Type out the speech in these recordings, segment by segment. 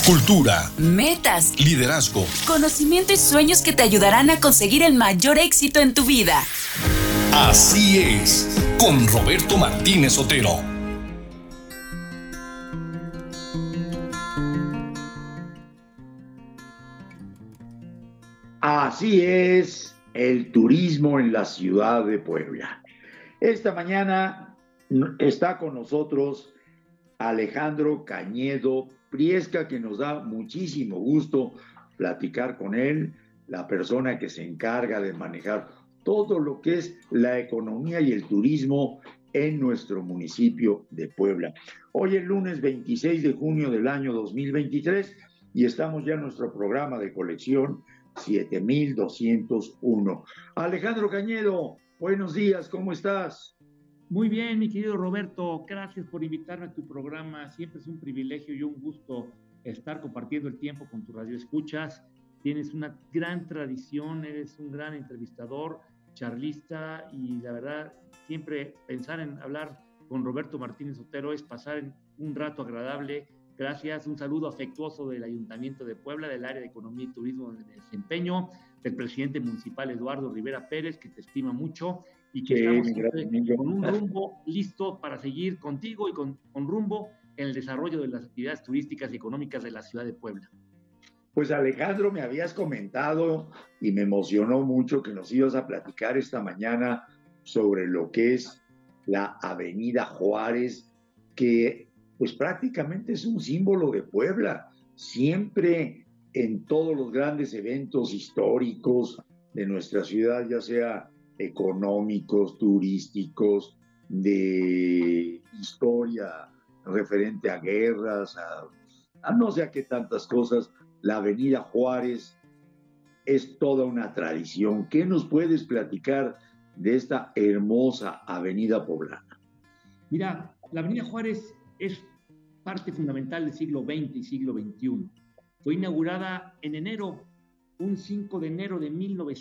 cultura, metas, liderazgo, conocimiento y sueños que te ayudarán a conseguir el mayor éxito en tu vida. Así es, con Roberto Martínez Otero. Así es el turismo en la ciudad de Puebla. Esta mañana está con nosotros Alejandro Cañedo Priesca, que nos da muchísimo gusto platicar con él, la persona que se encarga de manejar todo lo que es la economía y el turismo en nuestro municipio de Puebla. Hoy es lunes 26 de junio del año 2023 y estamos ya en nuestro programa de colección 7201. Alejandro Cañedo, buenos días, ¿cómo estás? Muy bien, mi querido Roberto, gracias por invitarme a tu programa. Siempre es un privilegio y un gusto estar compartiendo el tiempo con tu radioescuchas. Tienes una gran tradición, eres un gran entrevistador, charlista, y la verdad, siempre pensar en hablar con Roberto Martínez Otero es pasar un rato agradable. Gracias, un saludo afectuoso del Ayuntamiento de Puebla, del área de Economía y Turismo donde me desempeño, del presidente municipal Eduardo Rivera Pérez, que te estima mucho, y que estamos con un rumbo listo para seguir contigo y con rumbo en el desarrollo de las actividades turísticas y económicas de la ciudad de Puebla. Pues Alejandro, me habías comentado y me emocionó mucho que nos ibas a platicar esta mañana sobre lo que es la Avenida Juárez, que pues prácticamente es un símbolo de Puebla. Siempre en todos los grandes eventos históricos de nuestra ciudad, ya sea económicos, turísticos, de historia referente a guerras, a no sé a qué tantas cosas, la Avenida Juárez es toda una tradición. ¿Qué nos puedes platicar de esta hermosa avenida poblana? Mira, la Avenida Juárez es parte fundamental del siglo XX y siglo XXI. Fue inaugurada en enero, un 5 de enero de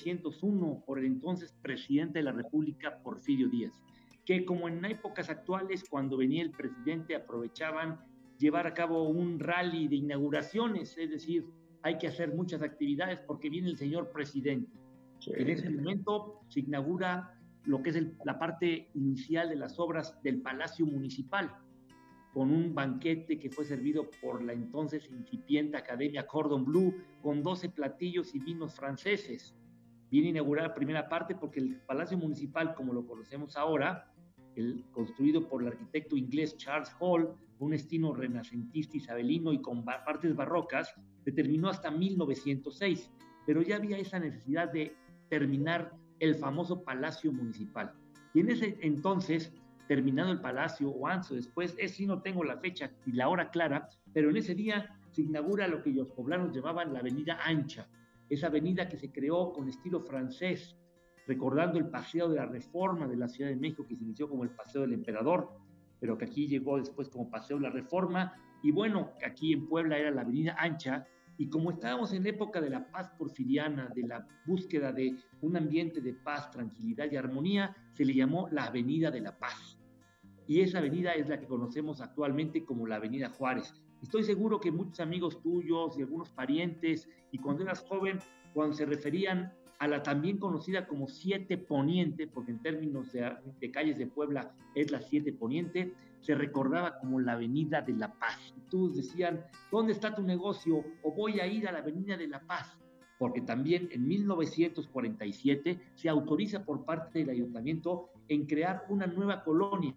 1901, por el entonces presidente de la República, Porfirio Díaz, que como en épocas actuales, cuando venía el presidente, aprovechaban llevar a cabo un rally de inauguraciones, es decir, hay que hacer muchas actividades porque viene el señor presidente. Sí. En ese momento se inaugura lo que es la parte inicial de las obras del Palacio Municipal, con un banquete que fue servido por la entonces incipiente Academia Cordon Bleu, con 12 platillos y vinos franceses. Viene a inaugurar la primera parte porque el Palacio Municipal, como lo conocemos ahora, construido por el arquitecto inglés Charles Hall, un estilo renacentista isabelino y con partes barrocas, se terminó hasta 1906, pero ya había esa necesidad de terminar el famoso Palacio Municipal. Y en ese entonces, terminado el palacio, o antes o después, sí no tengo la fecha y la hora clara, pero en ese día se inaugura lo que los poblanos llamaban la Avenida Ancha, esa avenida que se creó con estilo francés, recordando el Paseo de la Reforma de la Ciudad de México, que se inició como el Paseo del Emperador, pero que aquí llegó después como Paseo de la Reforma, y bueno, que aquí en Puebla era la Avenida Ancha, y como estábamos en la época de la paz porfiriana, de la búsqueda de un ambiente de paz, tranquilidad y armonía, se le llamó la Avenida de la Paz. Y esa avenida es la que conocemos actualmente como la Avenida Juárez. Estoy seguro que muchos amigos tuyos y algunos parientes, y cuando eras joven, cuando se referían a la también conocida como 7 Poniente, porque en términos de calles de Puebla es la 7 Poniente, se recordaba como la Avenida de la Paz. Y todos decían, ¿dónde está tu negocio? O voy a ir a la Avenida de la Paz. Porque también en 1947 se autoriza por parte del ayuntamiento en crear una nueva colonia,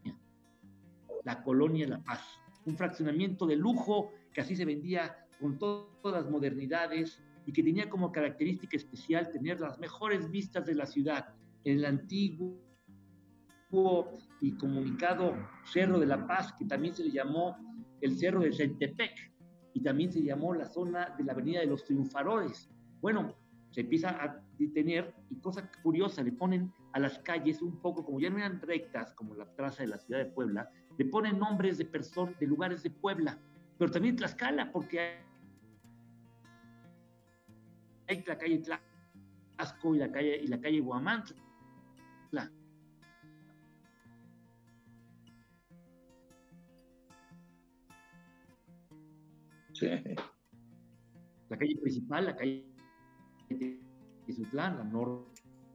la Colonia La Paz, un fraccionamiento de lujo que así se vendía con todas las modernidades y que tenía como característica especial tener las mejores vistas de la ciudad, en el antiguo y comunicado Cerro de la Paz, que también se le llamó el Cerro de Centepec, y también se llamó la zona de la Avenida de los Triunfadores. Bueno, se empieza a detener, y cosa curiosa, le ponen a las calles un poco, como ya no eran rectas, como la traza de la ciudad de Puebla, le ponen nombres de personas, de lugares de Puebla, pero también Tlaxcala, porque hay la calle Tlaxco y la calle Huamantla. Sí. la calle principal, la calle de Tizutlán, la norte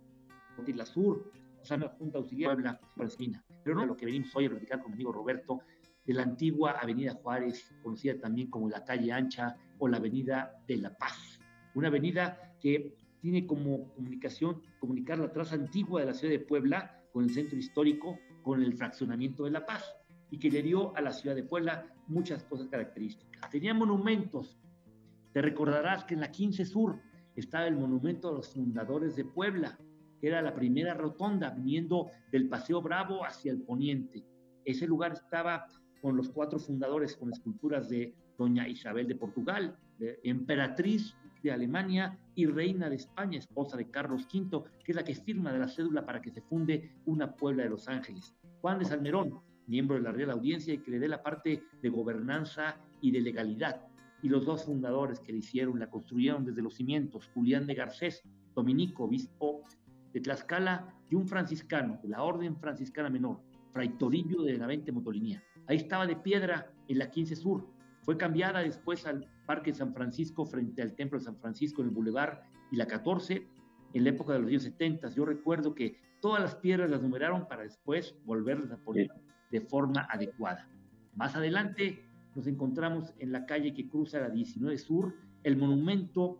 y la sur, o sea, la Junta Auxiliar Puebla, Palestina. Pero no lo que venimos hoy a platicar con mi amigo Roberto, de la antigua Avenida Juárez, conocida también como la Calle Ancha o la Avenida de la Paz. Una avenida que tiene como comunicar la traza antigua de la ciudad de Puebla con el centro histórico, con el fraccionamiento de La Paz, y que le dio a la ciudad de Puebla muchas cosas características. Tenía monumentos. Te recordarás que en la 15 Sur estaba el monumento a los fundadores de Puebla, que era la primera rotonda viniendo del Paseo Bravo hacia el poniente. Ese lugar estaba con los 4 fundadores, con esculturas de doña Isabel de Portugal, de emperatriz de Alemania y reina de España, esposa de Carlos V, que es la que firma de la cédula para que se funde una Puebla de Los Ángeles. Juan de Salmerón, miembro de la Real Audiencia y que le dé la parte de gobernanza y de legalidad. Y los 2 fundadores que la construyeron desde los cimientos, Julián de Garcés, dominico, obispo de Tlaxcala, y un franciscano de la Orden Franciscana Menor, Fray Toribio de Benavente Motolinía. Ahí estaba de piedra en la 15 Sur. Fue cambiada después al Parque San Francisco frente al Templo de San Francisco en el Boulevard y la 14 en la época de los años 70. Yo recuerdo que todas las piedras las numeraron para después volverlas a poner de forma adecuada. Más adelante nos encontramos en la calle que cruza la 19 Sur, el monumento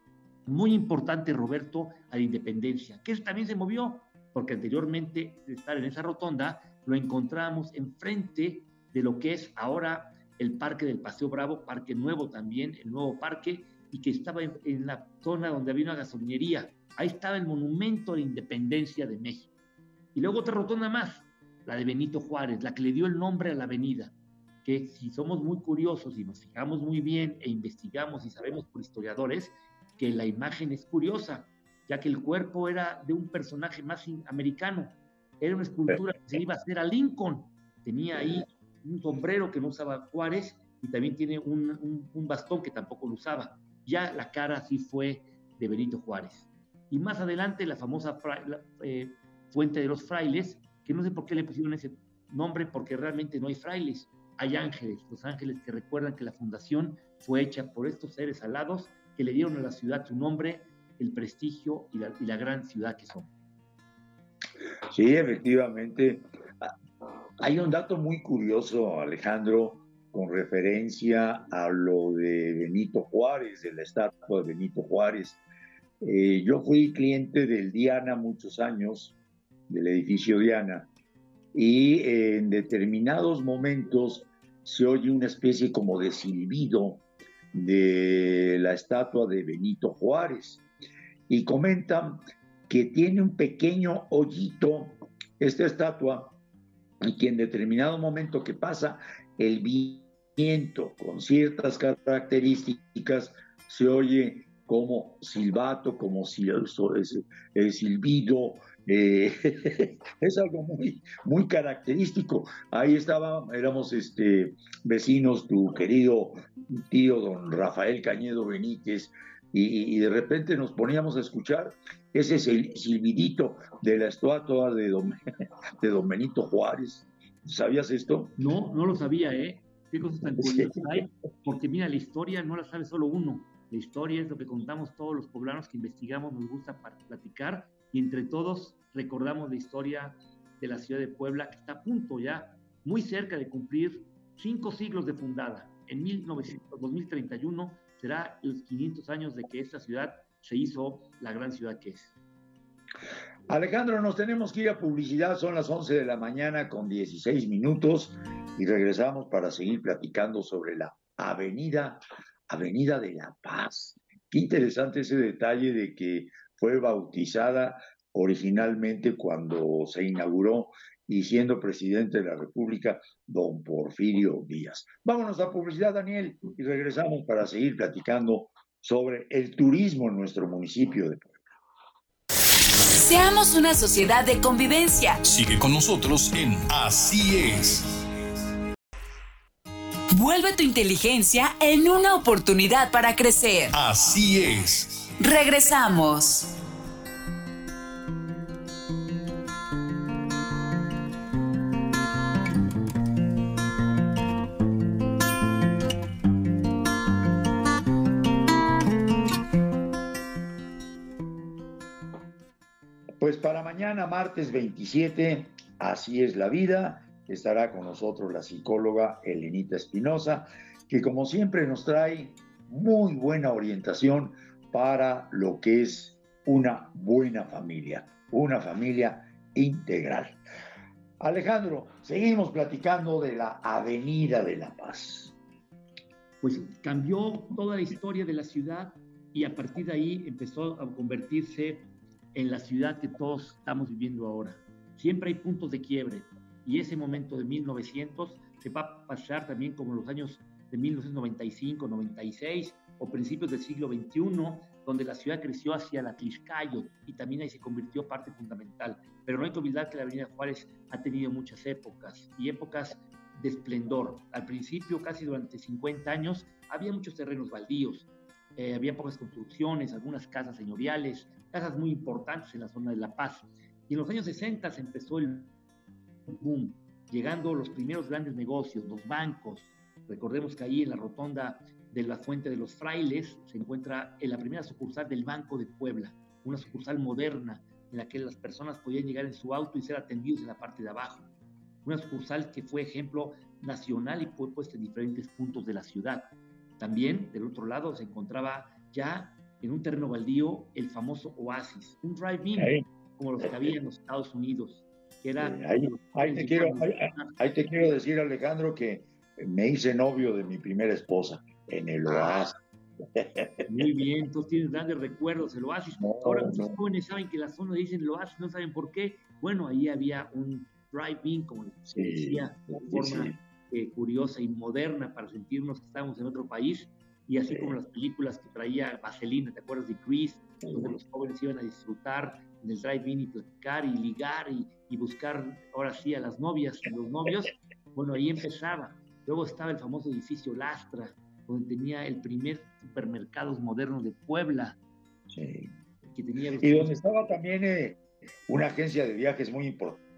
muy importante, Roberto, a la independencia, que también se movió, porque anteriormente de estar en esa rotonda, lo encontramos enfrente de lo que es ahora el Parque del Paseo Bravo, Parque Nuevo también, el nuevo parque, y que estaba en la zona donde había una gasolinería. Ahí estaba el monumento a la independencia de México. Y luego otra rotonda más, la de Benito Juárez, la que le dio el nombre a la avenida, que si somos muy curiosos y nos fijamos muy bien e investigamos y sabemos por historiadores, que la imagen es curiosa, ya que el cuerpo era de un personaje más americano. Era una escultura que se iba a hacer a Lincoln. Tenía ahí un sombrero que no usaba Juárez y también tiene un bastón que tampoco lo usaba. Ya la cara sí fue de Benito Juárez. Y más adelante la famosa Fuente de los Frailes, que no sé por qué le pusieron ese nombre, porque realmente no hay frailes, hay ángeles, los ángeles que recuerdan que la fundación fue hecha por estos seres alados que le dieron a la ciudad su nombre, el prestigio y la gran ciudad que son. Sí, efectivamente. Hay un dato muy curioso, Alejandro, con referencia a lo de Benito Juárez, de la estatua de Benito Juárez. Yo fui cliente del Diana muchos años, del edificio Diana, y en determinados momentos se oye una especie como de silbido de la estatua de Benito Juárez, y comentan que tiene un pequeño hoyito esta estatua, y que en determinado momento que pasa el viento con ciertas características se oye como silbato, como silbido. Es algo muy, muy característico. Ahí éramos vecinos, tu querido tío don Rafael Cañedo Benítez, y de repente nos poníamos a escuchar ese silbidito de la estatua de don Benito Juárez. ¿Sabías esto? No lo sabía, ¿eh? Qué cosas tan curiosas hay, porque mira, la historia no la sabe solo uno. La historia es lo que contamos todos los poblanos que investigamos, nos gusta platicar, y entre todos recordamos la historia de la ciudad de Puebla, que está a punto ya, muy cerca de cumplir 5 siglos de fundada. En 2031 será los 500 años de que esta ciudad se hizo la gran ciudad que es. Alejandro, nos tenemos que ir a publicidad, son las 11 de la mañana con 16 minutos y regresamos para seguir platicando sobre la Avenida de la Paz. Qué interesante ese detalle de que fue bautizada originalmente cuando se inauguró y siendo presidente de la República, don Porfirio Díaz. Vámonos a publicidad, Daniel, y regresamos para seguir platicando sobre el turismo en nuestro municipio de Puebla. Seamos una sociedad de convivencia. Sigue con nosotros en Así es. Vuelve tu inteligencia en una oportunidad para crecer. Así es. Regresamos. mañana, martes 27, Así es la vida. Estará con nosotros la psicóloga Elenita Espinosa, que como siempre nos trae muy buena orientación para lo que es una buena familia, una familia integral. Alejandro, seguimos platicando de la Avenida de la Paz. Pues cambió toda la historia de la ciudad y a partir de ahí empezó a convertirse en la ciudad que todos estamos viviendo ahora. Siempre hay puntos de quiebre y ese momento de 1900 se va a pasar también como los años de 1995, 96 o principios del siglo XXI, donde la ciudad creció hacia la Tlaxcala y también ahí se convirtió parte fundamental. Pero no hay que olvidar que la Avenida Juárez ha tenido muchas épocas y épocas de esplendor. Al principio, casi durante 50 años, había muchos terrenos baldíos, había pocas construcciones, algunas casas señoriales, casas muy importantes en la zona de La Paz. Y en los años 60 se empezó el boom, llegando los primeros grandes negocios, los bancos. Recordemos que ahí en la rotonda de la Fuente de los Frailes se encuentra la primera sucursal del Banco de Puebla, una sucursal moderna en la que las personas podían llegar en su auto y ser atendidos en la parte de abajo. Una sucursal que fue ejemplo nacional y fue puesta en diferentes puntos de la ciudad. También, del otro lado, se encontraba ya en un terreno baldío el famoso Oasis, un drive-in, como los que había en los Estados Unidos, que era... Ahí te quiero decir, Alejandro, que me hice novio de mi primera esposa en el Oasis. Muy bien, entonces tienes grandes recuerdos, el Oasis. Ahora muchos jóvenes saben que la zona dicen el Oasis, no saben por qué. Bueno, ahí había un drive-in, como se decía, de forma curiosa y moderna para sentirnos que estábamos en otro país, y así como las películas que traía Vaselina, ¿te acuerdas de Chris? Donde los jóvenes iban a disfrutar en el drive-in y platicar y ligar y buscar ahora sí a las novias, a los novios. Bueno, ahí empezaba. Luego estaba el famoso edificio Lastra, donde tenía el primer supermercados modernos de Puebla. Sí. Que tenía y donde estaba también una agencia de viajes muy importante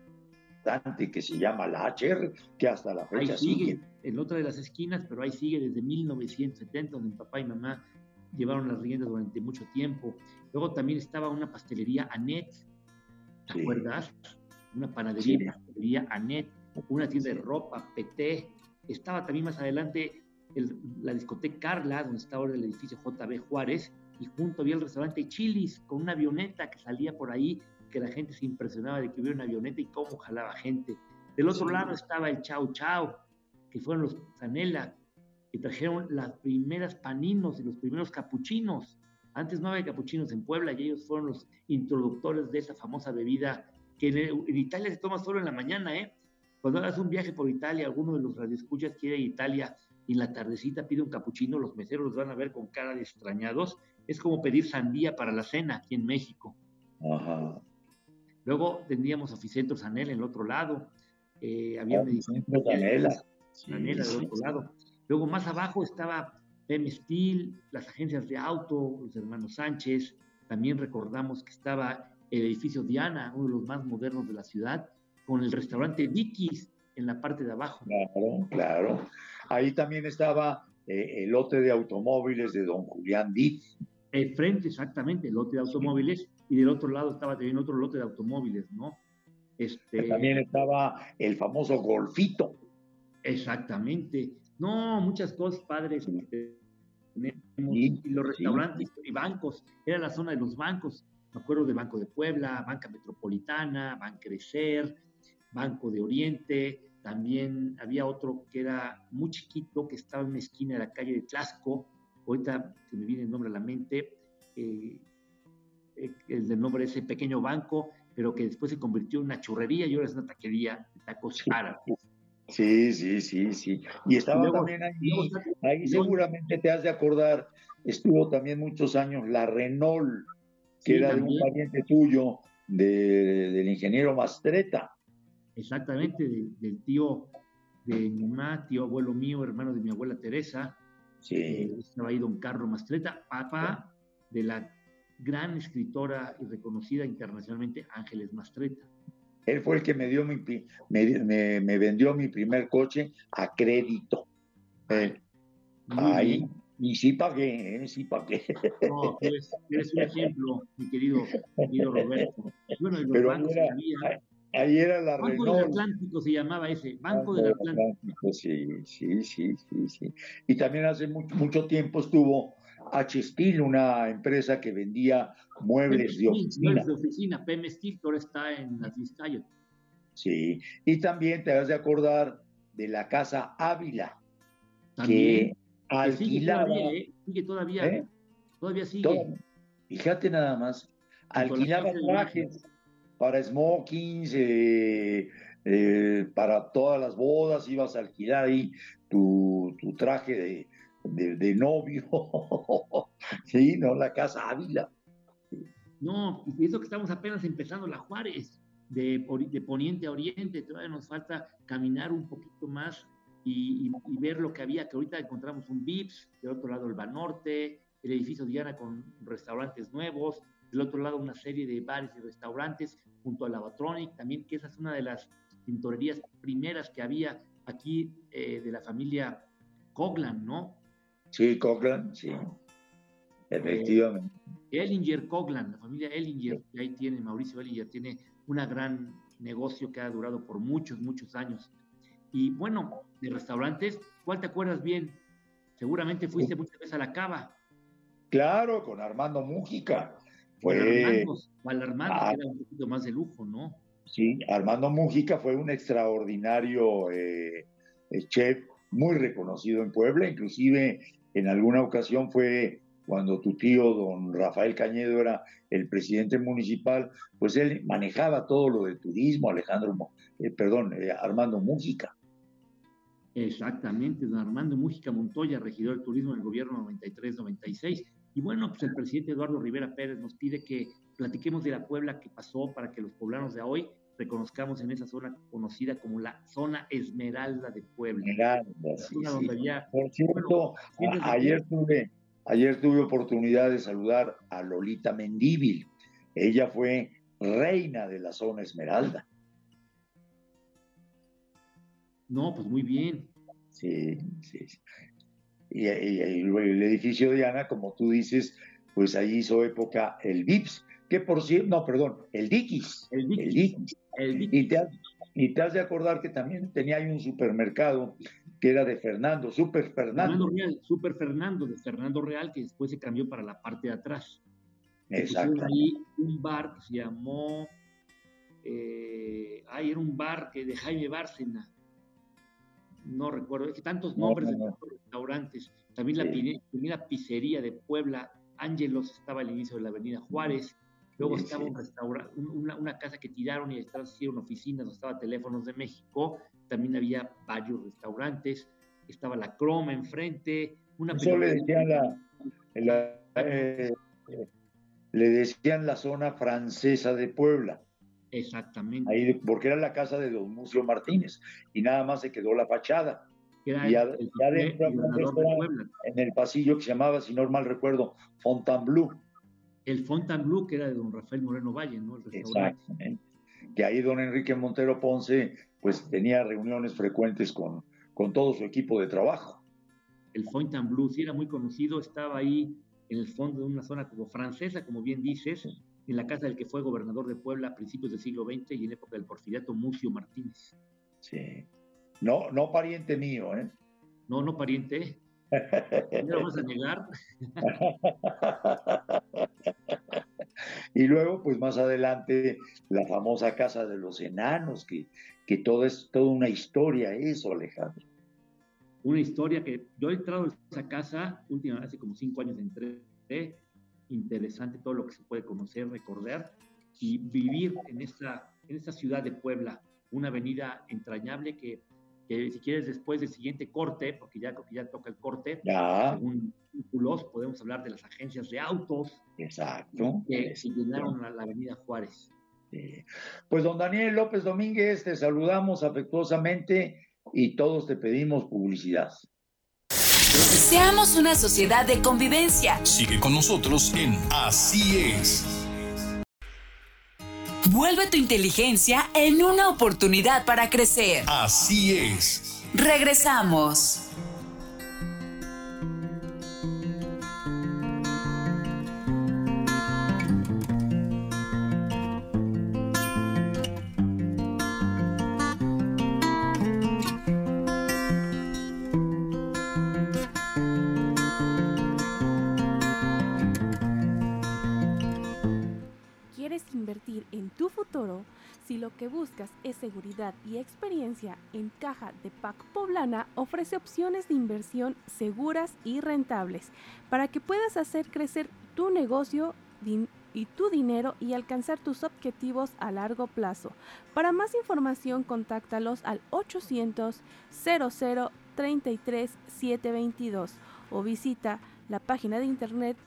que se llama la HR, que hasta la fecha ahí sigue. En otra de las esquinas, pero ahí sigue desde 1970, donde mi papá y mamá llevaron las riendas durante mucho tiempo. Luego también estaba una pastelería Anet, ¿te acuerdas? Una panadería, pastelería Anet, una tienda de ropa, PT. Estaba también más adelante la discoteca Carla, donde está ahora el edificio JB Juárez, y junto había el restaurante Chili's, con una avioneta que salía por ahí, que la gente se impresionaba de que hubiera una avioneta y cómo jalaba gente. Del otro lado estaba el Chao Chao, que fueron los Zanella, que trajeron las primeras paninos y los primeros capuchinos. Antes no había capuchinos en Puebla y ellos fueron los introductores de esa famosa bebida que en Italia se toma solo en la mañana, ¿eh? Cuando hagas un viaje por Italia, alguno de los radioescuchas quiere ir a Italia y en la tardecita pide un capuchino, los meseros los van a ver con cara de extrañados. Es como pedir sandía para la cena aquí en México. Ajá. Luego tendríamos Oficentro Zanella en el otro lado. Había Zanella del otro lado. Luego más abajo estaba PM Steel, las agencias de auto, los hermanos Sánchez. También recordamos que estaba el edificio Diana, uno de los más modernos de la ciudad, con el restaurante Dickies en la parte de abajo. Claro. Ahí también estaba el lote de automóviles de don Julián Díaz. Frente, exactamente, el lote de automóviles, y del otro lado estaba también otro lote de automóviles, ¿no? También estaba el famoso Golfito. Exactamente. No, muchas cosas padres que tenemos, y los restaurantes y bancos, era la zona de los bancos. Me acuerdo del Banco de Puebla, Banca Metropolitana, Bancrecer, Banco de Oriente. También había otro que era muy chiquito, que estaba en una esquina de la calle de Tlaxco. Ahorita se me viene el nombre a la mente, el del nombre de ese pequeño banco, pero que después se convirtió en una churrería y ahora es una taquería de tacos árabes. Sí. Y estaba luego, también ahí seguramente te has de acordar, estuvo también muchos años la Renault, que era también de un pariente tuyo, del ingeniero Mastreta. Exactamente, del tío de mi mamá, tío abuelo mío, hermano de mi abuela Teresa. Estaba ahí don Carlos Mastreta, papá de la gran escritora y reconocida internacionalmente Ángeles Mastreta. Él fue el que me vendió mi primer coche a crédito. Ahí, Y sí pagué, sí pagué. No, eres un ejemplo, mi querido Roberto. Bueno, y los Pero bancos que había. ahí era la Banco del Renault. Atlántico se llamaba ese, Banco Banco del del Atlántico. Atlántico, sí. Y también hace mucho tiempo estuvo H. Steel, una empresa que vendía muebles de Muebles oficina. de oficina, PM Steel, que ahora está en las Vizcayas. Sí, y también te has de acordar de la Casa Ávila, También, que que sigue alquilaba, todavía, sigue todavía, ¿eh? todavía sigue. Fíjate nada más, Junto a la alquilaba Casa de Blanco. trajes para smokings, para todas las bodas, ibas a alquilar ahí tu traje de novio. Sí, ¿no? La Casa Ávila. No, y eso que estamos apenas empezando la Juárez, de poniente a oriente, todavía nos falta caminar un poquito más y ver lo que había, que ahorita encontramos un Vips, del otro lado el Banorte, el edificio Diana con restaurantes nuevos, del otro lado una serie de bares y restaurantes, junto a Lavatronic, también que esa es una de las tintorerías primeras que había aquí de la familia Coglan, ¿no? Sí, Cochran, sí, efectivamente. Ellinger Coglan, la familia Ellinger, que ahí tiene, Mauricio Ellinger, tiene un gran negocio que ha durado por muchos, muchos años. Y bueno, de restaurantes, ¿cuál te acuerdas bien? Seguramente fuiste muchas veces a la Cava. Claro, con Armando Mújica. O al Fue, Armando, que era un poquito más de lujo, ¿no? sí, Armando Mújica fue un extraordinario chef, muy reconocido en Puebla, inclusive en alguna ocasión fue cuando tu tío, don Rafael Cañedo, era el presidente municipal, pues él manejaba todo lo de turismo, Armando Mújica. Exactamente, don Armando Mújica Montoya, regidor de turismo del gobierno 93-96. Y bueno, pues el presidente Eduardo Rivera Pérez nos pide que platiquemos de la Puebla que pasó para que los poblanos de hoy reconozcamos en esa zona conocida como la zona Esmeralda de Puebla. Esmeralda, sí. Donde había, por cierto, bueno, ayer tuve oportunidad de saludar a Lolita Mendívil. Ella fue reina de la zona Esmeralda. No, pues muy bien. Sí. Y el edificio Diana, como tú dices, pues ahí hizo época el Vips, que por cierto, no, perdón, el Dickies. Y te has de acordar que también tenía ahí un supermercado que era de Fernando, Super Fernando. Super Fernando, de Fernando Real, que después se cambió para la parte de atrás. Exacto. Ahí un bar que se llamó, era un bar que de Jaime Bárcena. No recuerdo, es que tantos nombres de tantos restaurantes. También la primera pizzería de Puebla, Ángelos, estaba al inicio de la avenida Juárez. Luego estaba un restaurante, una casa que tiraron y detrás hicieron oficinas, donde estaba Teléfonos de México. También había varios restaurantes. Estaba la Croma enfrente. Eso le decían le decían la zona francesa de Puebla. Exactamente. Ahí, porque era la casa de don Mucio Martínez y nada más se quedó la fachada. Y adentro en el pasillo que se llamaba, si no mal recuerdo, Fontainebleau. El Fontainebleau, que era de don Rafael Moreno Valle, ¿no? El restaurante. Exactamente. Que ahí don Enrique Montero Ponce pues tenía reuniones frecuentes con todo su equipo de trabajo. El Fontainebleau sí era muy conocido, estaba ahí en el fondo de una zona como francesa, como bien dices, en la casa del que fue gobernador de Puebla a principios del siglo XX y en época del porfiriato, Mucio Martínez. Sí. No pariente mío, ¿eh? No pariente. ¿Me lo vas a negar? Y luego, pues más adelante, la famosa Casa de los Enanos, que todo es toda una historia eso, Alejandro. Una historia que yo he entrado a esa casa, últimamente, hace como 5 años entré, interesante todo lo que se puede conocer, recordar y vivir en esta ciudad de Puebla, una avenida entrañable que si quieres después del siguiente corte, porque ya toca el corte, según círculos, podemos hablar de las agencias de autos. Exacto. Que llenaron la avenida Juárez. Sí. Pues don Daniel López Domínguez, te saludamos afectuosamente y todos te pedimos publicidad. Seamos una sociedad de convivencia. Sigue con nosotros en Así es. Vuelve tu inteligencia en una oportunidad para crecer. Así es. Regresamos. invertir en tu futuro? Si lo que buscas es seguridad y experiencia, en Caja de Pac Poblana ofrece opciones de inversión seguras y rentables para que puedas hacer crecer tu negocio y tu dinero y alcanzar tus objetivos a largo plazo. Para más información, contáctalos al 800 00 33 722 o visita la página de internet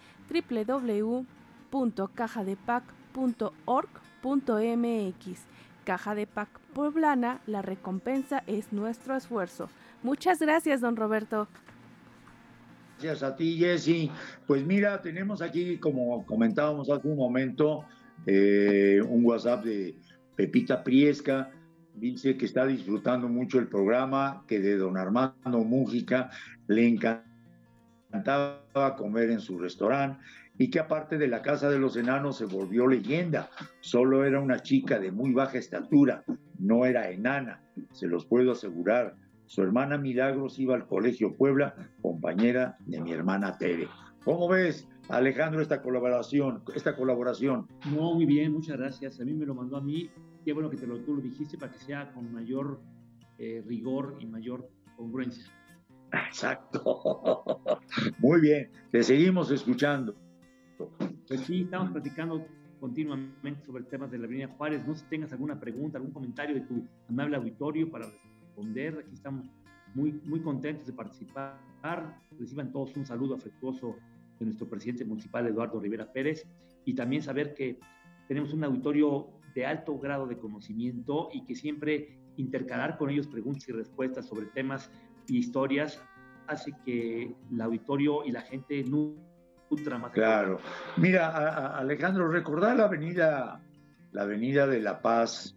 www.cajadepac.org.mx. Caja de Pac Poblana, la recompensa es nuestro esfuerzo. Muchas gracias, don Roberto. Gracias a ti, Jessy. Pues mira, tenemos aquí, como comentábamos hace un momento, un WhatsApp de Pepita Priesca. Dice que está disfrutando mucho el programa, que de don Armando Mújica le encantaba comer en su restaurante y que aparte de la Casa de los Enanos se volvió leyenda. Solo era una chica de muy baja estatura, no era enana, se los puedo asegurar. Su hermana Milagros iba al Colegio Puebla, compañera de mi hermana Tere. ¿Cómo ves, Alejandro, esta colaboración? No, muy bien, muchas gracias. A mí me lo mandó a mí. Qué bueno que tú lo dijiste para que sea con mayor rigor y mayor congruencia. Exacto. Muy bien, te seguimos escuchando. Pues sí, estamos platicando continuamente sobre temas de la Avenida Juárez. No sé si tengas alguna pregunta, algún comentario de tu amable auditorio para responder. Aquí estamos muy, muy contentos de participar. Reciban todos un saludo afectuoso de nuestro presidente municipal, Eduardo Rivera Pérez, y también saber que tenemos un auditorio de alto grado de conocimiento y que siempre intercalar con ellos preguntas y respuestas sobre temas y historias hace que el auditorio y la gente nutra más. Claro. Mira, Alejandro, recordar la avenida de La Paz.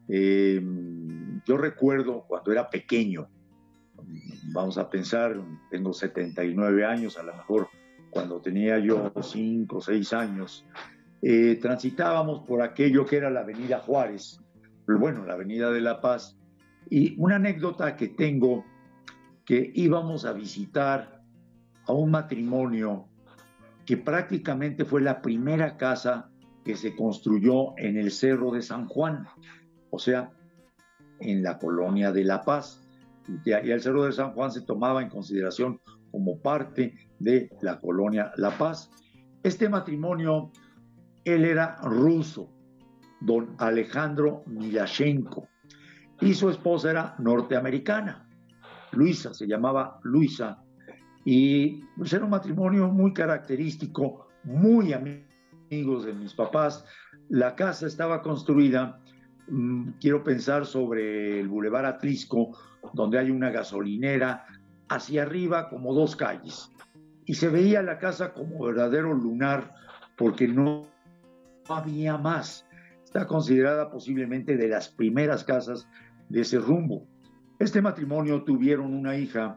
Yo recuerdo cuando era pequeño, vamos a pensar, tengo 79 años, a lo mejor cuando tenía yo 5 o 6 años, transitábamos por aquello que era la Avenida Juárez, bueno, la Avenida de La Paz, y una anécdota que tengo, que íbamos a visitar a un matrimonio que prácticamente fue la primera casa que se construyó en el Cerro de San Juan, o sea, en la colonia de La Paz. Y el Cerro de San Juan se tomaba en consideración como parte de la colonia La Paz. Este matrimonio, él era ruso, don Alejandro Milashenko, y su esposa era norteamericana, Luisa, se llamaba Luisa, y pues era un matrimonio muy característico, muy amigos de mis papás. La casa estaba construida, quiero pensar, sobre el Boulevard Atlisco, donde hay una gasolinera, hacia arriba como 2 calles, y se veía la casa como verdadero lunar, porque no había más. Está considerada posiblemente de las primeras casas de ese rumbo. Este matrimonio tuvieron una hija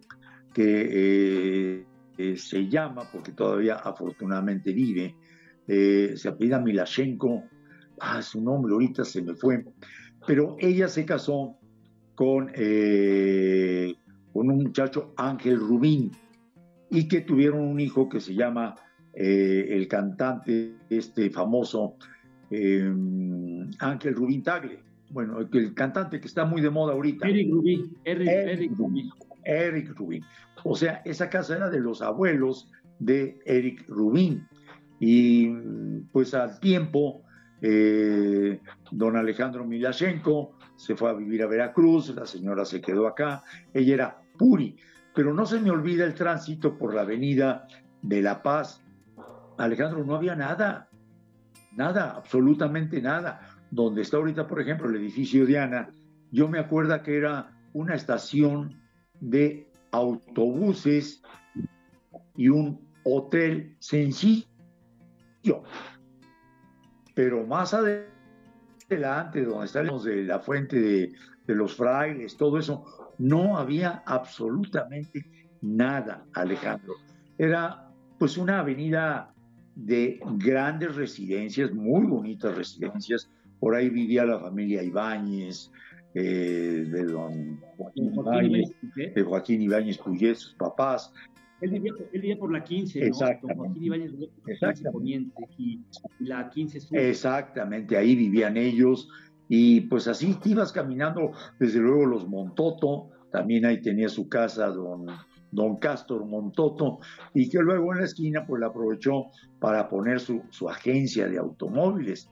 que se llama, porque todavía afortunadamente vive, se apellida Milashenko, su nombre ahorita se me fue, pero ella se casó con un muchacho, Ángel Rubín, y que tuvieron un hijo que se llama el cantante famoso Ángel Rubín Tagle. Bueno, el cantante que está muy de moda ahorita. Eric Rubin. Eric Rubin. O sea, esa casa era de los abuelos de Eric Rubin. Y pues al tiempo, don Alejandro Milashenko se fue a vivir a Veracruz, la señora se quedó acá, ella era puri. Pero no se me olvida el tránsito por la Avenida de La Paz. Alejandro, no había nada, absolutamente nada. Donde está ahorita, por ejemplo, el edificio Diana, yo me acuerdo que era una estación de autobuses y un hotel sencillo. Pero más adelante, donde están de la fuente de los frailes, todo eso, no había absolutamente nada, Alejandro. Era pues una avenida de grandes residencias, muy bonitas residencias. Por ahí vivía la familia Ibáñez, de Joaquín Ibáñez Puyet, sus papás. Él vivía por la 15, ¿no? Exactamente. Don Joaquín Ibáñez vivía por la 15 Poniente y la 15 Sur. Exactamente, ahí vivían ellos y pues así te ibas caminando, desde luego los Montoto, también ahí tenía su casa don Cástor Montoto, y que luego en la esquina pues la aprovechó para poner su agencia de automóviles.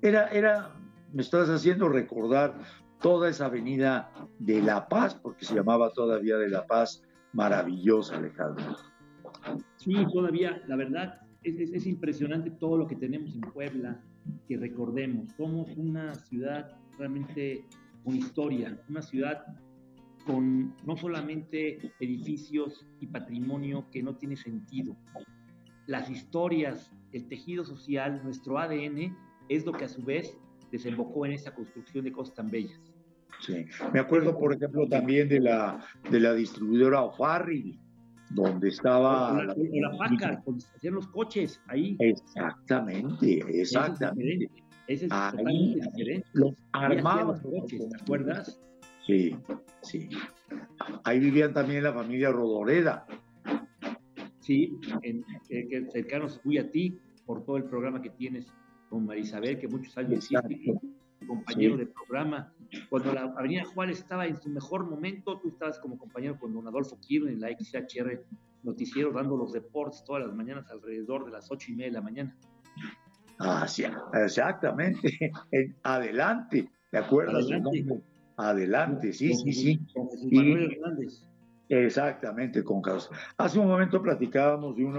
Me estás haciendo recordar toda esa avenida de La Paz, porque se llamaba todavía de La Paz, maravillosa, Alejandro. Sí, todavía, la verdad, es impresionante todo lo que tenemos en Puebla, que recordemos. Somos una ciudad realmente con historia, una ciudad con no solamente edificios y patrimonio que no tiene sentido. Las historias, el tejido social, nuestro ADN, es lo que a su vez desembocó en esa construcción de cosas tan bellas. Sí, me acuerdo, por ejemplo, también de la distribuidora O'Farrill, donde estaba la Packard, donde se hacían los coches, ahí. Exactamente. Ese es totalmente diferente. Los armaban los coches, ¿te acuerdas? Sí. Ahí vivían también la familia Rodoreda. Sí, cercanos fui a ti por todo el programa que tienes con Marisabel, que muchos años hiciste, compañero de programa. Cuando la Avenida Juárez estaba en su mejor momento, tú estabas como compañero con don Adolfo Quirno en la XHR Noticiero, dando los reportes todas las mañanas alrededor de las 8:30 de la mañana. Sí, exactamente. Adelante, ¿te acuerdas? Adelante, sí. Con Jesús Manuel Hernández. Exactamente, con Carlos. Hace un momento platicábamos de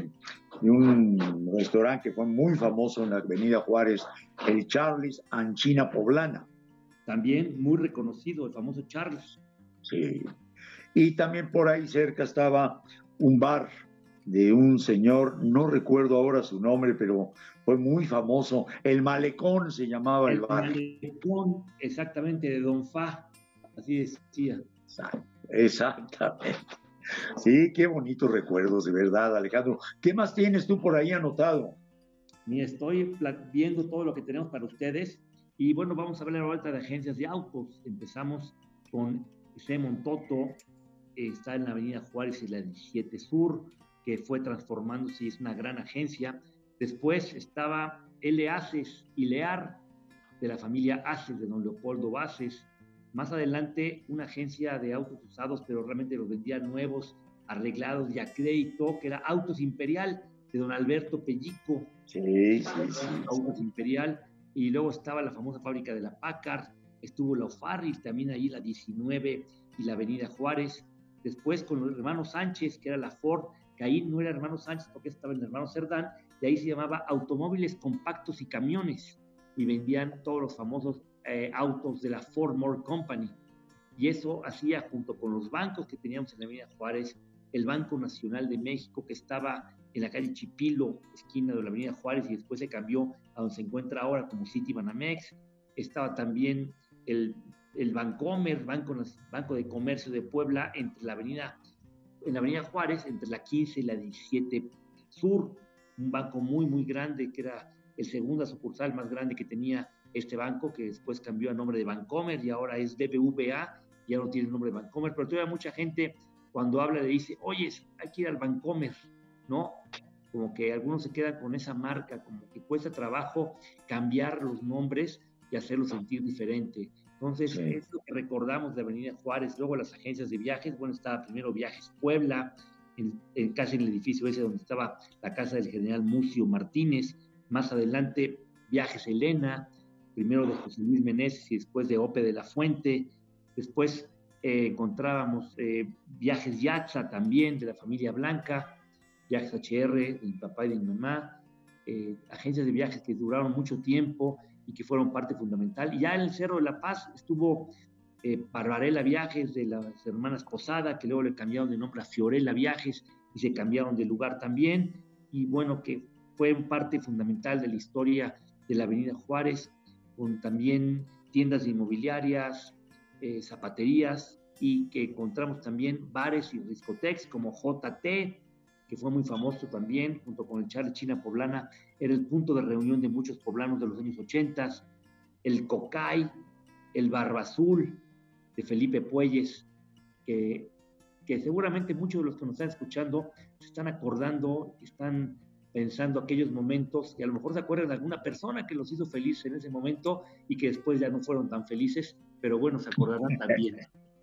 un restaurante que fue muy famoso en la Avenida Juárez, el Charles Anchina Poblana. También muy reconocido, el famoso Charles. Sí. Y también por ahí cerca estaba un bar de un señor, no recuerdo ahora su nombre, pero fue muy famoso. El Malecón se llamaba el bar. El Malecón, exactamente, de Don Fa, así decía. Exactamente. Sí, qué bonitos recuerdos, de verdad, Alejandro. ¿Qué más tienes tú por ahí anotado? Mira, estoy viendo todo lo que tenemos para ustedes y bueno, vamos a ver la vuelta de agencias de autos. Empezamos con C. Montoto, está en la Avenida Juárez y la 17 Sur, que fue transformándose y es una gran agencia. Después estaba L. Aces y Lear, de la familia Aces, de don Leopoldo Baces. Más adelante, una agencia de autos usados, pero realmente los vendía nuevos, arreglados y a crédito, que era Autos Imperial, de don Alberto Pellico. Sí. Autos Imperial. Y luego estaba la famosa fábrica de la Packard, estuvo la O'Farrill, también ahí la 19 y la Avenida Juárez. Después con los hermanos Sánchez, que era la Ford, que ahí no era hermano Sánchez porque estaba el hermano Cerdán, y ahí se llamaba Automóviles Compactos y Camiones, y vendían todos los famosos autos de la Ford Motor Company. Y eso hacía, junto con los bancos que teníamos en la Avenida Juárez, el Banco Nacional de México, que estaba en la calle Chipilo, esquina de la Avenida Juárez, y después se cambió a donde se encuentra ahora como City Banamex. Estaba también el Bancomer, Banco de Comercio de Puebla, en la Avenida Juárez, entre la 15 y la 17 Sur, un banco muy, muy grande, que era el segunda sucursal más grande que tenía este banco, que después cambió a nombre de Bancomer y ahora es BBVA, ya no tiene el nombre de Bancomer, pero todavía mucha gente cuando habla le dice, oye, hay que ir al Bancomer, ¿no? Como que algunos se quedan con esa marca, como que cuesta trabajo cambiar los nombres y hacerlo sentir diferente. Entonces, es lo que recordamos de Avenida Juárez. Luego las agencias de viajes, bueno, estaba primero Viajes Puebla, casi en el edificio ese donde estaba la casa del general Mucio Martínez. Más adelante, Viajes Elena, primero de José Luis Meneses y después de Ope de la Fuente. Después encontrábamos Viajes Yatza también, de la familia Blanca, Viajes HR, de mi papá y de mi mamá, agencias de viajes que duraron mucho tiempo y que fueron parte fundamental. Y ya en el Cerro de la Paz estuvo Barbarella Viajes, de las hermanas Posada, que luego le cambiaron de nombre a Fiorella Viajes y se cambiaron de lugar también. Y bueno, que fue parte fundamental de la historia de la Avenida Juárez, con también tiendas inmobiliarias, zapaterías, y que encontramos también bares y discotecas como JT, que fue muy famoso también, junto con el Charles China Poblana, era el punto de reunión de muchos poblanos de los años 80, el Cocay, el Barba Azul, de Felipe Puelles, que que seguramente muchos de los que nos están escuchando se están acordando, están pensando aquellos momentos, y a lo mejor se acuerdan de alguna persona que los hizo felices en ese momento y que después ya no fueron tan felices, pero bueno, se acordarán también.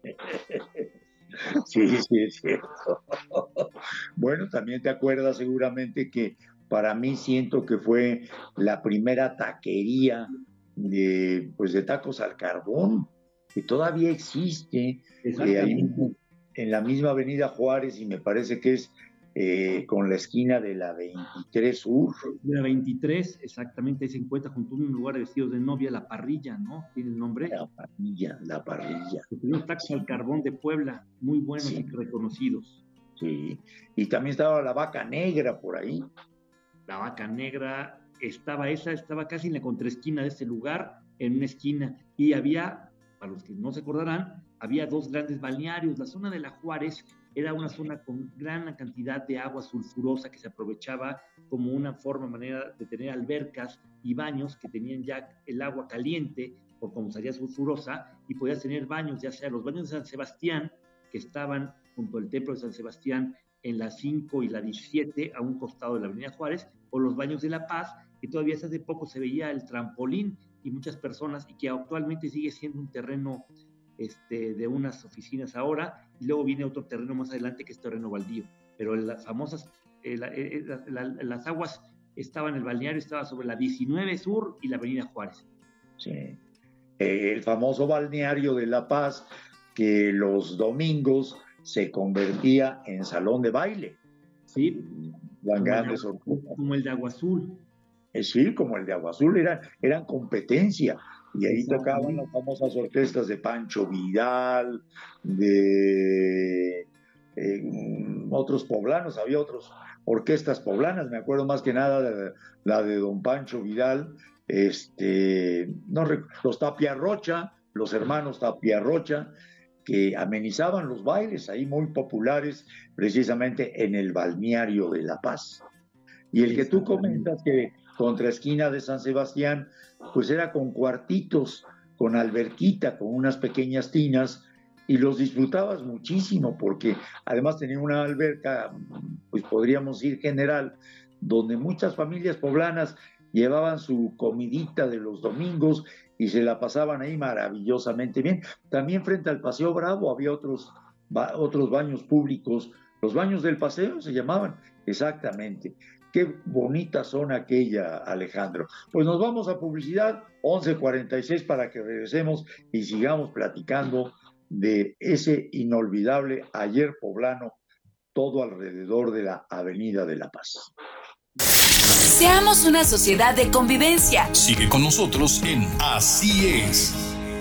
Sí, sí, es cierto. Bueno, también te acuerdas seguramente que para mí siento que fue la primera taquería pues de tacos al carbón, que todavía existe, ahí mismo, en la misma Avenida Juárez, y me parece que es con la esquina de la 23 Sur. La 23, exactamente, ahí se encuentra junto a un lugar de vestidos de novia, La Parrilla, ¿no? ¿Tiene el nombre? La Parrilla. Los primeros tacos al carbón de Puebla, muy buenos y reconocidos. Sí, y también estaba la Vaca Negra por ahí. La Vaca Negra estaba casi en la contraesquina de ese lugar, en una esquina, y había, para los que no se acordarán, había dos grandes balnearios. La zona de la Juárez era una zona con gran cantidad de agua sulfurosa que se aprovechaba como una manera de tener albercas y baños que tenían ya el agua caliente o como salía sulfurosa, y podías tener baños, ya sea los baños de San Sebastián, que estaban junto al templo de San Sebastián en la 5 y la 17 a un costado de la Avenida Juárez, o los baños de La Paz, que todavía hace poco se veía el trampolín y muchas personas, y que actualmente sigue siendo un terreno de unas oficinas ahora, y luego viene otro terreno más adelante que es terreno baldío, pero las famosas, las aguas estaban, el balneario estaba sobre la 19 Sur y la Avenida Juárez. Sí, el famoso balneario de La Paz, que los domingos se convertía en salón de baile. Sí, como el de Agua Azul. Sí, como el de Agua Azul, eran competencia. Y ahí tocaban las famosas orquestas de Pancho Vidal, de otros poblanos, había otras orquestas poblanas, me acuerdo más que nada de la de don Pancho Vidal, los Tapia Rocha, los hermanos Tapia Rocha, que amenizaban los bailes ahí muy populares precisamente en el balneario de La Paz. Y el que tú comentas que contra esquina de San Sebastián, pues era con cuartitos, con alberquita, con unas pequeñas tinas, y los disfrutabas muchísimo porque además tenía una alberca, pues podríamos decir general, donde muchas familias poblanas llevaban su comidita de los domingos y se la pasaban ahí maravillosamente bien. También frente al Paseo Bravo había otros baños públicos, los baños del paseo se llamaban, exactamente. Qué bonita zona aquella, Alejandro. Pues nos vamos a publicidad, 11:46, para que regresemos y sigamos platicando de ese inolvidable ayer poblano, todo alrededor de la Avenida de La Paz. Seamos una sociedad de convivencia. Sigue con nosotros en Así es.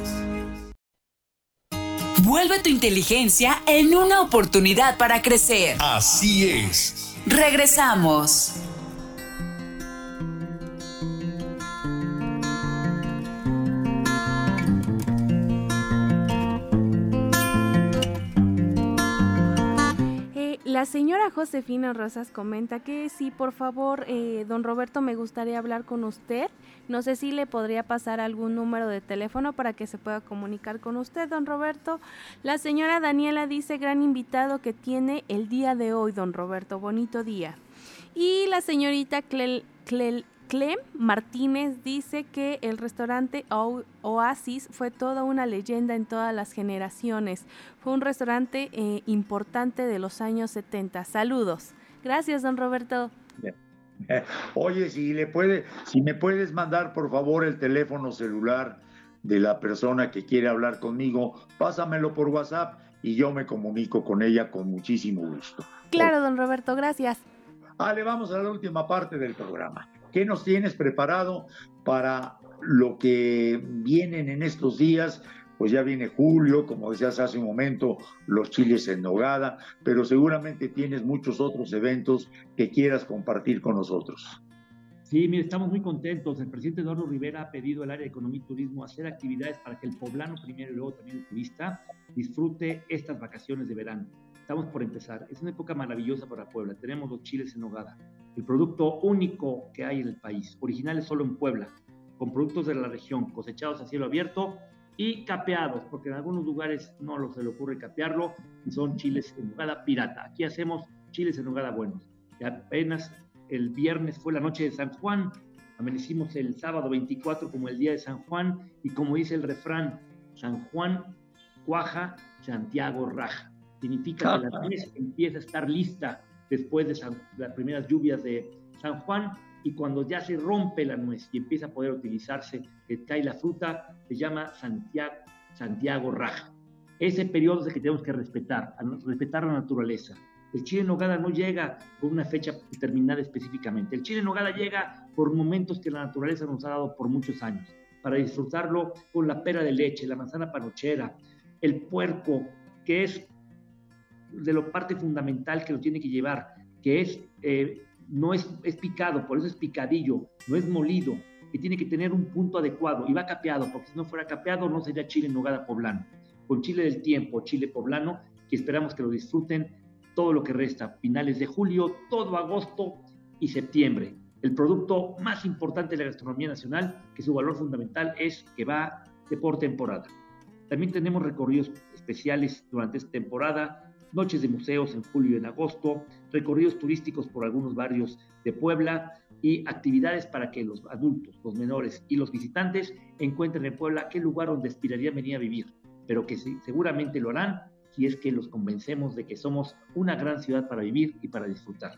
Vuelve tu inteligencia en una oportunidad para crecer. Así es. Regresamos. La señora Josefina Rosas comenta que sí, por favor, don Roberto, me gustaría hablar con usted. No sé si le podría pasar algún número de teléfono para que se pueda comunicar con usted, don Roberto. La señora Daniela dice, gran invitado que tiene el día de hoy, don Roberto, bonito día. Y la señorita Clem Martínez dice que el restaurante Oasis fue toda una leyenda en todas las generaciones. Fue un restaurante importante de los años 70. Saludos. Gracias, don Roberto. Oye, si me puedes mandar por favor el teléfono celular de la persona que quiere hablar conmigo, pásamelo por WhatsApp y yo me comunico con ella con muchísimo gusto. Claro, don Roberto, gracias. Ale, vamos a la última parte del programa. ¿Qué nos tienes preparado para lo que vienen en estos días? Pues ya viene julio, como decías hace un momento, los chiles en nogada, pero seguramente tienes muchos otros eventos que quieras compartir con nosotros. Sí, mire, estamos muy contentos. El presidente Eduardo Rivera ha pedido al área de Economía y Turismo hacer actividades para que el poblano primero y luego también el turista disfrute estas vacaciones de verano. Estamos por empezar. Es una época maravillosa para Puebla. Tenemos los chiles en nogada, el producto único que hay en el país, originales solo en Puebla, con productos de la región, cosechados a cielo abierto y capeados, porque en algunos lugares no se le ocurre capearlo, y son chiles en nogada pirata. Aquí hacemos chiles en nogada buenos. Y apenas el viernes fue la noche de San Juan, amanecimos el sábado 24 como el día de San Juan, y como dice el refrán, San Juan cuaja, Santiago raja. Significa que la nuez empieza a estar lista después de las primeras lluvias de San Juan, y cuando ya se rompe la nuez y empieza a poder utilizarse, que cae la fruta, se llama Santiago raja. Ese periodo es el que tenemos que respetar la naturaleza. El chile en nogada no llega por una fecha determinada específicamente. El chile en nogada llega por momentos que la naturaleza nos ha dado por muchos años, para disfrutarlo con la pera de leche, la manzana panochera, el puerco, que es de la parte fundamental que lo tiene que llevar, que no es picado, por eso es picadillo, no es molido, que tiene que tener un punto adecuado, y va capeado, porque si no fuera capeado no sería chile en nogada poblano. Con chile del tiempo, chile poblano, que esperamos que lo disfruten todo lo que resta, finales de julio, todo agosto y septiembre. El producto más importante de la gastronomía nacional, que su valor fundamental es que va por temporada. También tenemos recorridos especiales durante esta temporada, noches de museos en julio y en agosto, recorridos turísticos por algunos barrios de Puebla y actividades para que los adultos, los menores y los visitantes encuentren en Puebla aquel lugar donde aspirarían venir a vivir, pero que seguramente lo harán si es que los convencemos de que somos una gran ciudad para vivir y para disfrutar.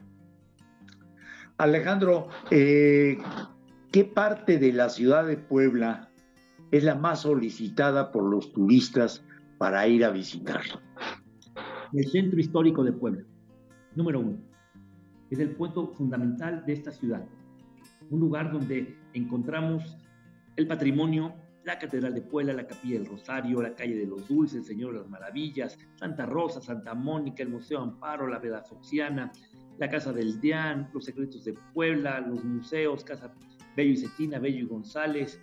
Alejandro, ¿qué parte de la ciudad de Puebla es la más solicitada por los turistas para ir a visitar? El centro histórico de Puebla, número 1. Es el punto fundamental de esta ciudad. Un lugar donde encontramos el patrimonio, la Catedral de Puebla, la Capilla del Rosario, la Calle de los Dulces, el Señor de las Maravillas, Santa Rosa, Santa Mónica, el Museo Amparo, la Veda Foxiana, la Casa del Dián, los Secretos de Puebla, los museos, Casa Bello y Cetina, Bello y González.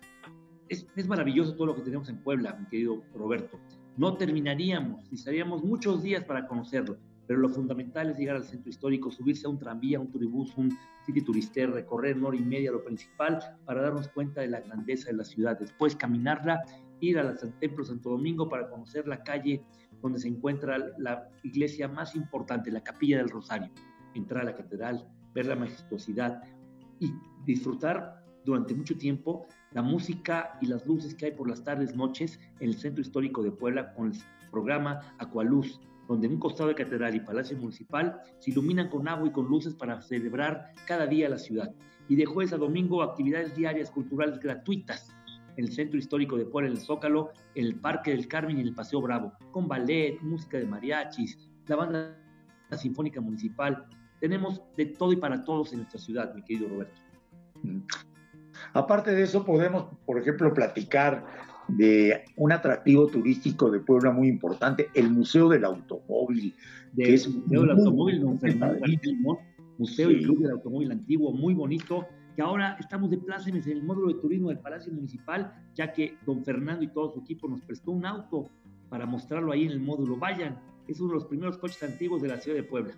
Es maravilloso todo lo que tenemos en Puebla, mi querido Roberto. No terminaríamos, necesitaríamos muchos días para conocerlo, pero lo fundamental es llegar al centro histórico, subirse a un tranvía, un turibús, un city turister, recorrer 1 hora y media lo principal para darnos cuenta de la grandeza de la ciudad, después caminarla, ir al Templo Santo Domingo para conocer la calle donde se encuentra la iglesia más importante, la Capilla del Rosario, entrar a la catedral, ver la majestuosidad y disfrutar durante mucho tiempo la música y las luces que hay por las tardes, noches en el centro histórico de Puebla con el programa Aqualuz, donde en un costado de Catedral y Palacio Municipal se iluminan con agua y con luces para celebrar cada día la ciudad. Y de jueves a domingo actividades diarias culturales gratuitas en el centro histórico de Puebla, en el Zócalo, en el Parque del Carmen y en el Paseo Bravo, con ballet, música de mariachis, la banda sinfónica municipal. Tenemos de todo y para todos en nuestra ciudad, mi querido Roberto. Aparte de eso, podemos, por ejemplo, platicar de un atractivo turístico de Puebla muy importante, el Museo del Automóvil. Museo del Automóvil, don Fernando Limón, Museo y Club del Automóvil Antiguo, muy bonito, que ahora estamos de plácemes en el módulo de turismo del Palacio Municipal, ya que don Fernando y todo su equipo nos prestó un auto para mostrarlo ahí en el módulo. Vayan, es uno de los primeros coches antiguos de la ciudad de Puebla.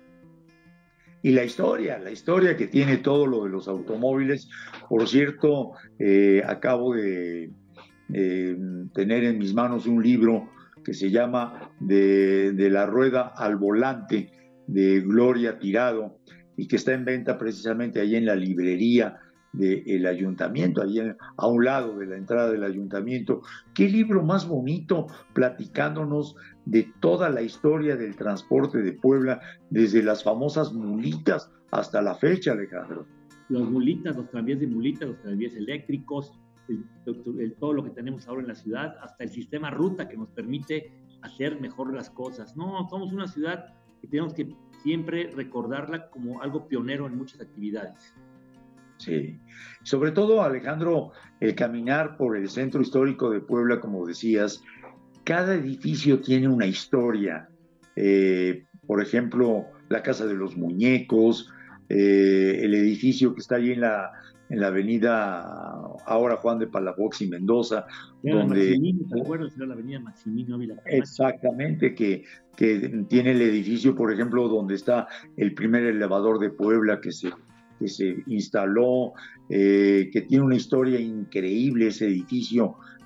Y la historia que tiene todo lo de los automóviles. Por cierto, acabo de tener en mis manos un libro que se llama de la rueda al volante, de Gloria Tirado, y que está en venta precisamente ahí en la librería del ayuntamiento, ahí a un lado de la entrada del ayuntamiento. Qué libro más bonito, platicándonos de toda la historia del transporte de Puebla, desde las famosas mulitas hasta la fecha, Alejandro. Las mulitas, los tranvías de mulitas, los tranvías eléctricos, todo lo que tenemos ahora en la ciudad, hasta el sistema ruta que nos permite hacer mejor las cosas. No, somos una ciudad que tenemos que siempre recordarla como algo pionero en muchas actividades. Sí, sobre todo, Alejandro, el caminar por el centro histórico de Puebla, como decías, cada edificio tiene una historia. Por ejemplo, la Casa de los Muñecos, el edificio que está allí en la avenida ahora Juan de Palafox y Mendoza, donde Maximino, ¿te acuerdas? Era la avenida Maximino Ávila Camacho. Exactamente, que tiene el edificio, por ejemplo, donde está el primer elevador de Puebla que se instaló, que tiene una historia increíble ese edificio,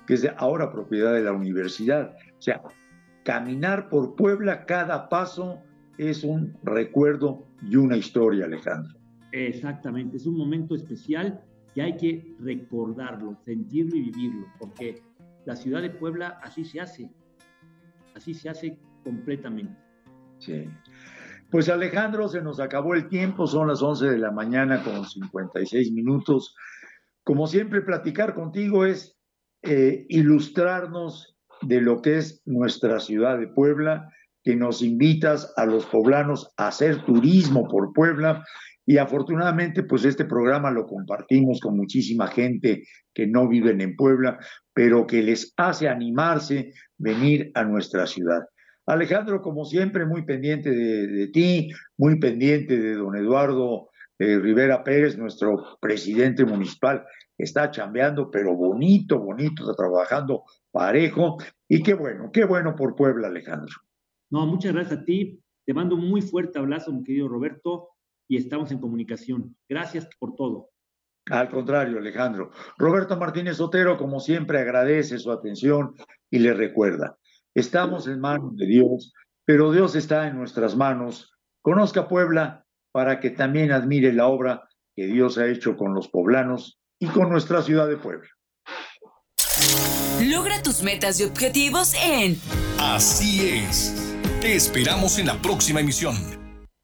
que es ahora propiedad de la universidad. O sea, caminar por Puebla, cada paso es un recuerdo y una historia, Alejandro. Exactamente, es un momento especial que hay que recordarlo, sentirlo y vivirlo, porque la ciudad de Puebla así se hace completamente. Sí. Pues Alejandro, se nos acabó el tiempo, son las 11 de la mañana con 56 minutos. Como siempre, platicar contigo es ilustrarnos de lo que es nuestra ciudad de Puebla, que nos invitas a los poblanos a hacer turismo por Puebla, y afortunadamente pues este programa lo compartimos con muchísima gente que no viven en Puebla, pero que les hace animarse venir a nuestra ciudad. Alejandro, como siempre, muy pendiente de ti, muy pendiente de don Eduardo Rivera Pérez, nuestro presidente municipal. Está chambeando, pero bonito, está trabajando parejo, y qué bueno por Puebla, Alejandro. No, muchas gracias a ti, te mando un muy fuerte abrazo, mi querido Roberto, y estamos en comunicación. Gracias por todo. Al contrario, Alejandro. Roberto Martínez Otero, como siempre, agradece su atención y le recuerda, estamos en manos de Dios, pero Dios está en nuestras manos. Conozca Puebla para que también admire la obra que Dios ha hecho con los poblanos y con nuestra ciudad de Puebla. Logra tus metas y objetivos en Así es. Te esperamos en la próxima emisión.